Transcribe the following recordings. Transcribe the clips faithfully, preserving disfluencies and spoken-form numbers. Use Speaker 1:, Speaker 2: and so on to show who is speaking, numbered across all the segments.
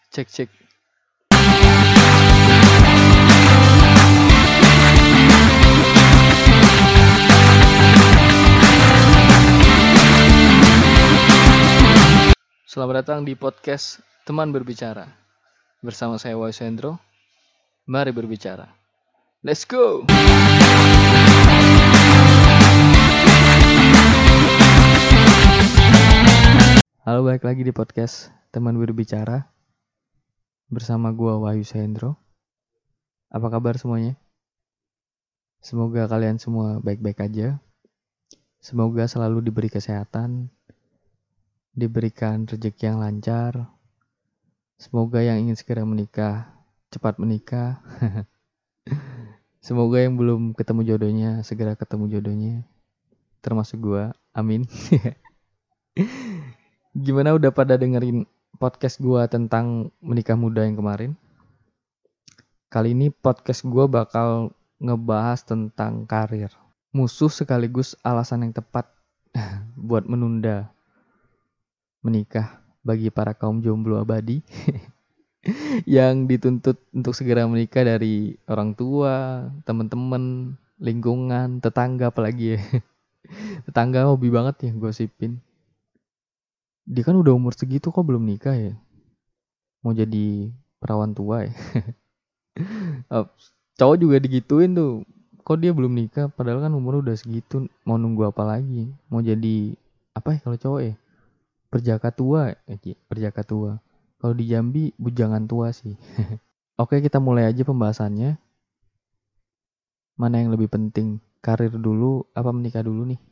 Speaker 1: Cek cek. Selamat datang di podcast Teman Berbicara. Bersama saya Wahyu Hendro. Mari berbicara. Let's go. Halo, balik lagi di podcast Teman Berbicara. Bersama gua Wahyu Hendro. Apa kabar semuanya? Semoga kalian semua baik-baik aja. Semoga selalu diberi kesehatan, diberikan rezeki yang lancar. Semoga yang ingin segera menikah cepat menikah. Semoga yang belum ketemu jodohnya segera ketemu jodohnya. Termasuk gua. Amin. Gimana, udah pada dengerin podcast gua tentang menikah muda yang kemarin? Kali ini podcast gua bakal ngebahas tentang karir. Musuh sekaligus alasan yang tepat buat menunda menikah bagi para kaum jomblo abadi yang dituntut untuk segera menikah dari orang tua, teman-teman, lingkungan, tetangga apalagi ya. Tetangga hobi banget ya gosipin. Dia kan udah umur segitu kok belum nikah ya. Mau jadi perawan tua ya. Cowok juga digituin tuh. Kok dia belum nikah padahal kan umur udah segitu. Mau nunggu apa lagi? Mau jadi apa ya kalau cowok ya? Perjaka tua ya. Perjaka tua. Kalau di Jambi bujangan tua sih. Oke, kita mulai aja pembahasannya. Mana yang lebih penting? Karir dulu apa menikah dulu nih?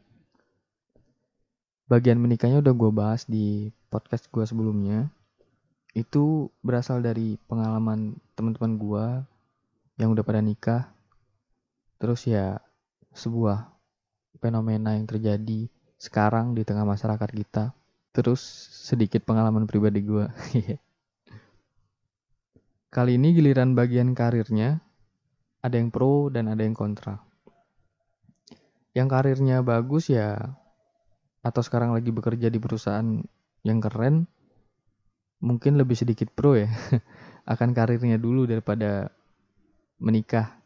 Speaker 1: Bagian menikahnya udah gue bahas di podcast gue sebelumnya. Itu berasal dari pengalaman teman-teman gue yang udah pada nikah. Terus ya sebuah fenomena yang terjadi sekarang di tengah masyarakat kita. Terus sedikit pengalaman pribadi gue. Kali ini giliran bagian karirnya. Ada yang pro dan ada yang kontra. Yang karirnya bagus ya, atau sekarang lagi bekerja di perusahaan yang keren, mungkin lebih sedikit pro ya, akan karirnya dulu daripada menikah.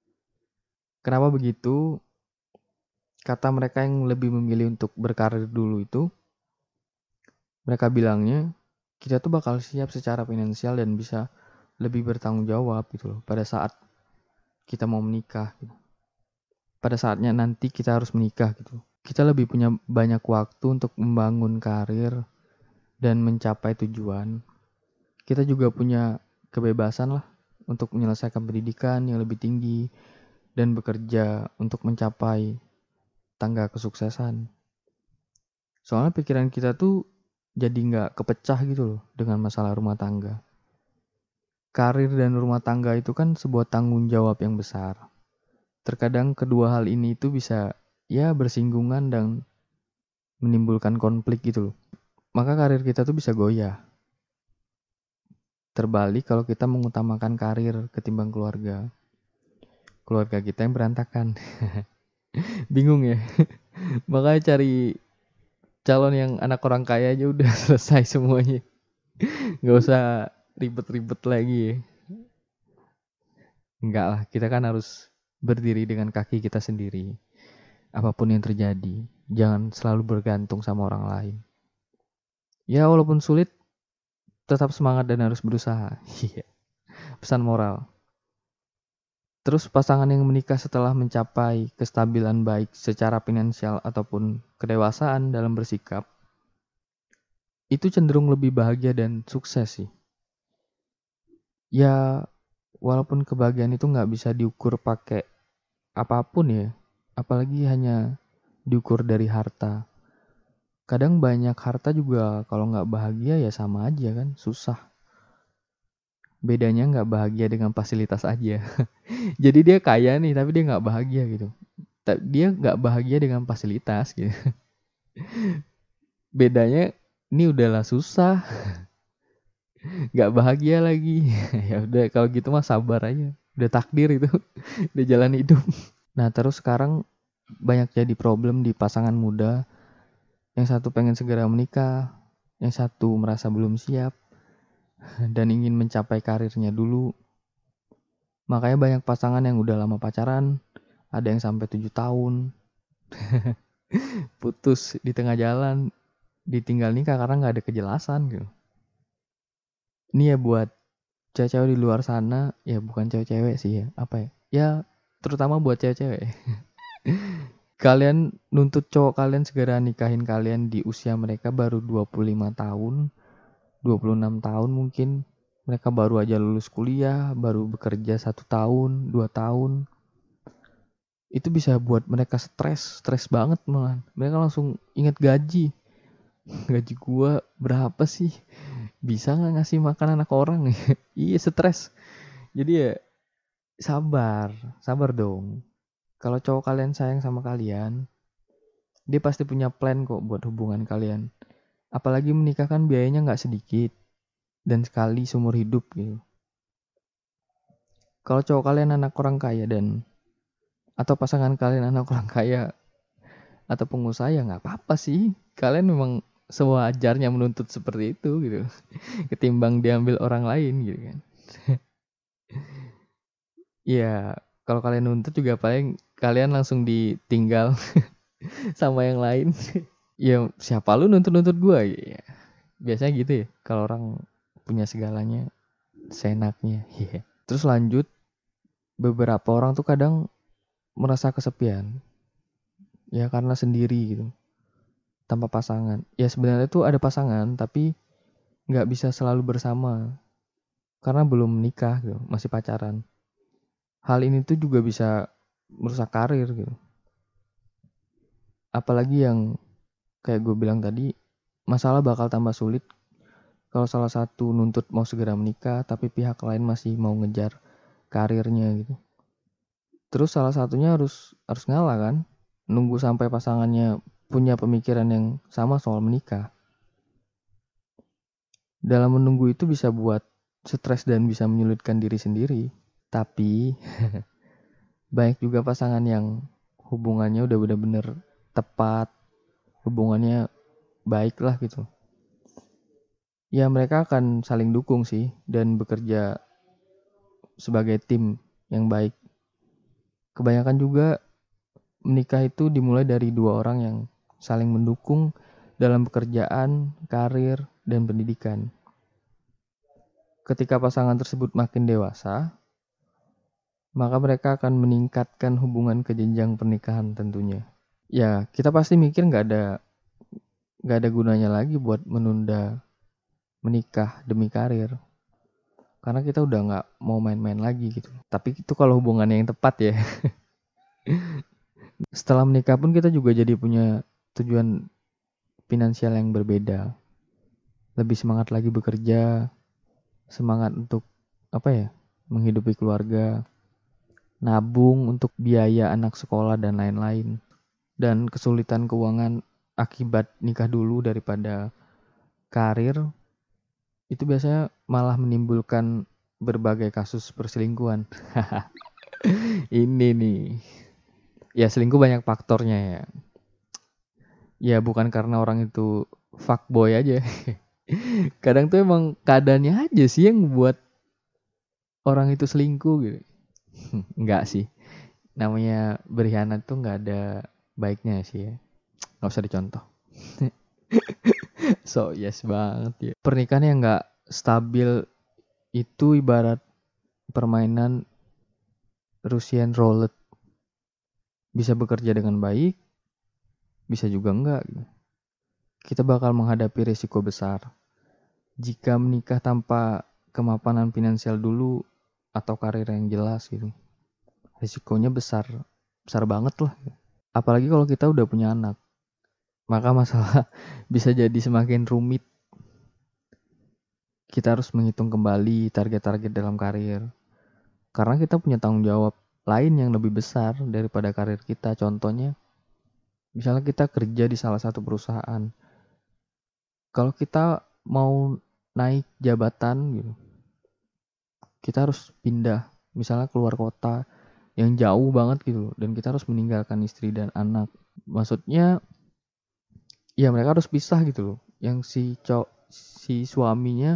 Speaker 1: Kenapa begitu? Kata mereka yang lebih memilih untuk berkarir dulu itu, mereka bilangnya, kita tuh bakal siap secara finansial dan bisa lebih bertanggung jawab gitu loh, pada saat kita mau menikah gitu. Pada saatnya nanti kita harus menikah gitu. Kita lebih punya banyak waktu untuk membangun karir dan mencapai tujuan. Kita juga punya kebebasan lah untuk menyelesaikan pendidikan yang lebih tinggi dan bekerja untuk mencapai tangga kesuksesan. Soalnya pikiran kita tuh jadi gak kepecah gitu loh dengan masalah rumah tangga. Karir dan rumah tangga itu kan sebuah tanggung jawab yang besar. Terkadang kedua hal ini itu bisa ya bersinggungan dan menimbulkan konflik gitu loh. Maka karir kita tuh bisa goyah. Terbalik kalau kita mengutamakan karir ketimbang keluarga. Keluarga kita yang berantakan. Bingung ya. Makanya cari calon yang anak orang kaya aja udah selesai semuanya. Gak usah ribet-ribet lagi ya. Enggak lah, kita kan harus berdiri dengan kaki kita sendiri. Apapun yang terjadi, jangan selalu bergantung sama orang lain. Ya walaupun sulit, tetap semangat dan harus berusaha. Pesan moral. Terus pasangan yang menikah setelah mencapai kestabilan baik secara finansial ataupun kedewasaan dalam bersikap, itu cenderung lebih bahagia dan sukses sih. Ya walaupun kebahagiaan itu gak bisa diukur pakai apapun ya, apalagi hanya diukur dari harta. Kadang banyak harta juga kalau gak bahagia ya sama aja kan, susah. Bedanya gak bahagia dengan fasilitas aja. Jadi dia kaya nih tapi dia gak bahagia gitu. Dia gak bahagia dengan fasilitas gitu. Bedanya ini udahlah susah, gak bahagia lagi. Ya udah kalau gitu mah sabar aja. Udah takdir itu. Udah jalan hidup. Nah terus sekarang banyak jadi problem di pasangan muda. Yang satu pengen segera menikah, yang satu merasa belum siap, dan ingin mencapai karirnya dulu. Makanya banyak pasangan yang udah lama pacaran, ada yang sampai tujuh tahun, putus di tengah jalan, ditinggal nikah karena nggak ada kejelasan gitu. Ini ya buat cewek-cewek di luar sana, ya bukan cewek-cewek sih ya, apa ya? Ya terutama buat cewek-cewek. Kalian nuntut cowok kalian segera nikahin kalian di usia mereka baru dua puluh lima tahun, dua puluh enam tahun mungkin. Mereka baru aja lulus kuliah, baru bekerja satu tahun, dua tahun. Itu bisa buat mereka stres, stres banget malah. Mereka langsung inget gaji. Gaji gua berapa sih? Bisa nggak ngasih makan anak orang? Iya stres. Jadi ya sabar, sabar dong. Kalau cowok kalian sayang sama kalian, dia pasti punya plan kok buat hubungan kalian. Apalagi menikah kan biayanya nggak sedikit dan sekali seumur hidup gitu. Kalau cowok kalian anak orang kaya dan atau pasangan kalian anak orang kaya atau pengusaha ya nggak apa-apa sih. Kalian memang sewajarnya menuntut seperti itu gitu. Ketimbang diambil orang lain gitu kan. Ya kalau kalian nuntut juga paling kalian langsung ditinggal sama yang lain. Ya siapa lu nuntut-nuntut gua ya. Biasanya gitu ya. Kalau orang punya segalanya seenaknya. Yeah. Terus lanjut, beberapa orang tuh kadang merasa kesepian. Ya karena sendiri gitu. Tanpa pasangan. Ya sebenarnya tuh ada pasangan tapi nggak bisa selalu bersama. Karena belum menikah gitu. Masih pacaran. Hal ini tuh juga bisa merusak karir gitu. Apalagi yang kayak gue bilang tadi, masalah bakal tambah sulit kalau salah satu nuntut mau segera menikah tapi pihak lain masih mau ngejar karirnya gitu. Terus salah satunya harus harus ngalah kan, nunggu sampai pasangannya punya pemikiran yang sama soal menikah. Dalam menunggu itu bisa buat stres dan bisa menyulitkan diri sendiri. Tapi banyak juga pasangan yang hubungannya udah bener-bener tepat, hubungannya baik lah gitu. Ya mereka akan saling dukung sih dan bekerja sebagai tim yang baik. Kebanyakan juga menikah itu dimulai dari dua orang yang saling mendukung dalam pekerjaan, karir, dan pendidikan. Ketika pasangan tersebut makin dewasa, maka mereka akan meningkatkan hubungan ke jenjang pernikahan tentunya. Ya, kita pasti mikir nggak ada nggak ada gunanya lagi buat menunda menikah demi karir. Karena kita udah nggak mau main-main lagi gitu. Tapi itu kalau hubungannya yang tepat ya. Setelah menikah pun kita juga jadi punya tujuan finansial yang berbeda. Lebih semangat lagi bekerja, semangat untuk apa ya? Menghidupi keluarga, nabung untuk biaya anak sekolah dan lain-lain. Dan kesulitan keuangan akibat nikah dulu daripada karir itu biasanya malah menimbulkan berbagai kasus perselingkuhan. Ini nih. Ya selingkuh banyak faktornya ya. Ya bukan karena orang itu fuckboy aja. Kadang tuh emang keadaannya aja sih yang buat orang itu selingkuh gitu. Enggak sih. Namanya berkhianat tuh nggak ada baiknya sih ya. Nggak usah dicontoh. So yes banget ya. Pernikahan yang nggak stabil itu ibarat permainan Russian roulette. Bisa bekerja dengan baik, bisa juga enggak. Kita bakal menghadapi risiko besar. Jika menikah tanpa kemapanan finansial dulu atau karir yang jelas gitu. Risikonya besar, besar banget lah. Apalagi kalau kita udah punya anak. Maka masalah bisa jadi semakin rumit. Kita harus menghitung kembali target-target dalam karir. Karena kita punya tanggung jawab lain yang lebih besar daripada karir kita. Contohnya, misalnya kita kerja di salah satu perusahaan. Kalau kita mau naik jabatan gitu, kita harus pindah. Misalnya keluar kota yang jauh banget gitu. Dan kita harus meninggalkan istri dan anak. Maksudnya, ya mereka harus pisah gitu loh. Yang si cowok, si suaminya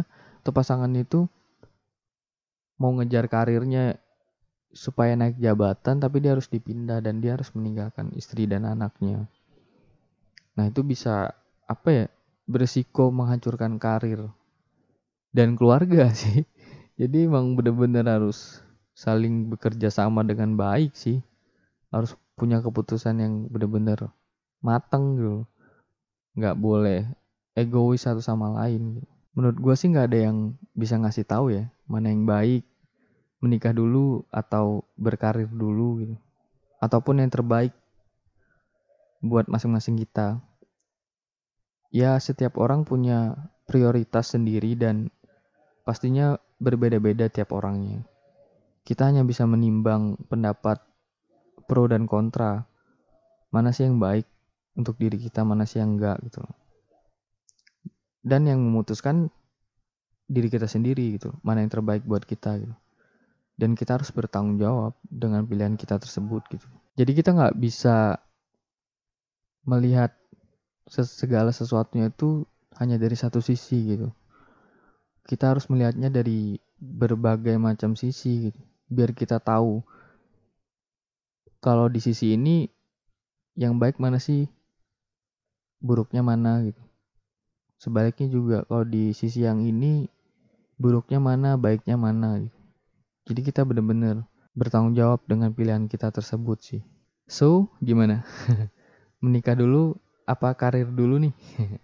Speaker 1: atau pasangannya itu mau ngejar karirnya supaya naik jabatan, tapi dia harus dipindah dan dia harus meninggalkan istri dan anaknya. Nah itu bisa apa ya, beresiko menghancurkan karir dan keluarga sih. Jadi emang bener-bener harus saling bekerja sama dengan baik sih. Harus punya keputusan yang bener-bener mateng gitu. Nggak boleh egois satu sama lain. Menurut gue sih nggak ada yang bisa ngasih tahu ya mana yang baik, menikah dulu atau berkarir dulu gitu. Ataupun yang terbaik buat masing-masing kita. Ya setiap orang punya prioritas sendiri dan pastinya berbeda-beda tiap orangnya. Kita hanya bisa menimbang pendapat pro dan kontra. Mana sih yang baik untuk diri kita, mana sih yang enggak gitu. Dan yang memutuskan diri kita sendiri gitu. Mana yang terbaik buat kita gitu. Dan kita harus bertanggung jawab dengan pilihan kita tersebut gitu. Jadi kita nggak bisa melihat segala sesuatunya itu hanya dari satu sisi gitu. Kita harus melihatnya dari berbagai macam sisi gitu. Biar kita tahu kalau di sisi ini yang baik mana sih, buruknya mana gitu. Sebaliknya juga kalau di sisi yang ini buruknya mana, baiknya mana gitu. Jadi kita benar-benar bertanggung jawab dengan pilihan kita tersebut sih. So, gimana? Menikah dulu apa karir dulu nih?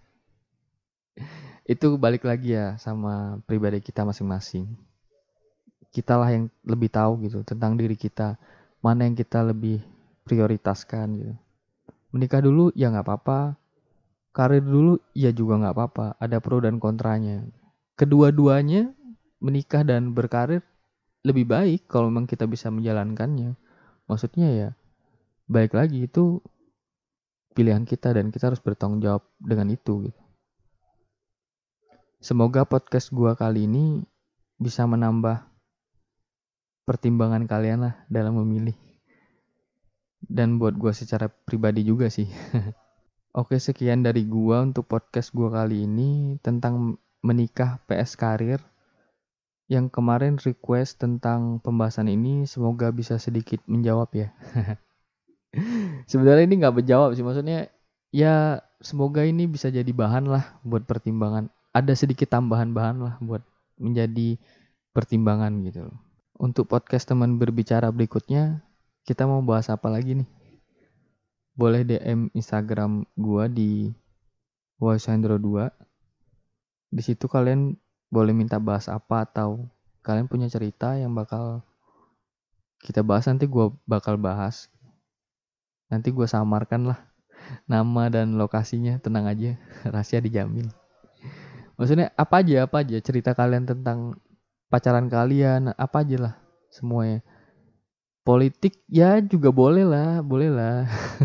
Speaker 1: Itu balik lagi ya sama pribadi kita masing-masing. Kita lah yang lebih tahu gitu tentang diri kita. Mana yang kita lebih prioritaskan gitu. Menikah dulu ya gak apa-apa. Karir dulu ya juga gak apa-apa. Ada pro dan kontranya. Kedua-duanya menikah dan berkarir lebih baik kalau memang kita bisa menjalankannya. Maksudnya ya balik lagi itu pilihan kita dan kita harus bertanggung jawab dengan itu gitu. Semoga podcast gua kali ini bisa menambah pertimbangan kalian lah dalam memilih. Dan buat gua secara pribadi juga sih. Oke, sekian dari gua untuk podcast gua kali ini tentang menikah P S karir. Yang kemarin request tentang pembahasan ini semoga bisa sedikit menjawab ya. Sebenarnya ini gak menjawab sih, maksudnya ya semoga ini bisa jadi bahan lah buat pertimbangan. Ada sedikit tambahan bahan lah buat menjadi pertimbangan gitu. Untuk podcast teman berbicara berikutnya, kita mau bahas apa lagi nih? Boleh D M Instagram gua di waisandro dua. Di situ kalian boleh minta bahas apa atau kalian punya cerita yang bakal kita bahas, nanti gue bakal bahas. Nanti gue samarkan lah nama dan lokasinya, tenang aja, rahasia dijamin. Maksudnya apa aja, apa aja cerita kalian tentang pacaran kalian, apa aja lah semuanya. Politik ya juga boleh lah, boleh lah.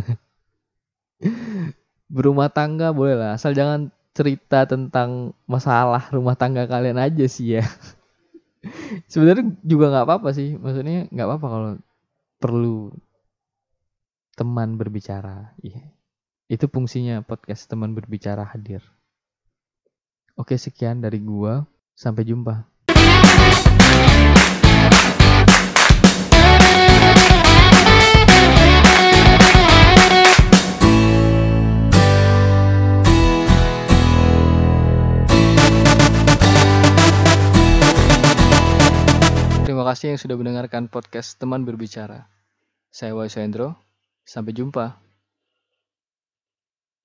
Speaker 1: Berumah tangga boleh lah, asal jangan cerita tentang masalah rumah tangga kalian aja sih ya. Sebenarnya juga nggak apa-apa sih, maksudnya nggak apa-apa kalau perlu teman berbicara. Iya, itu fungsinya podcast teman berbicara hadir. Oke, sekian dari gua, sampai jumpa. Terima kasih yang sudah mendengarkan podcast Teman Berbicara. Saya Waisandro. Sampai jumpa.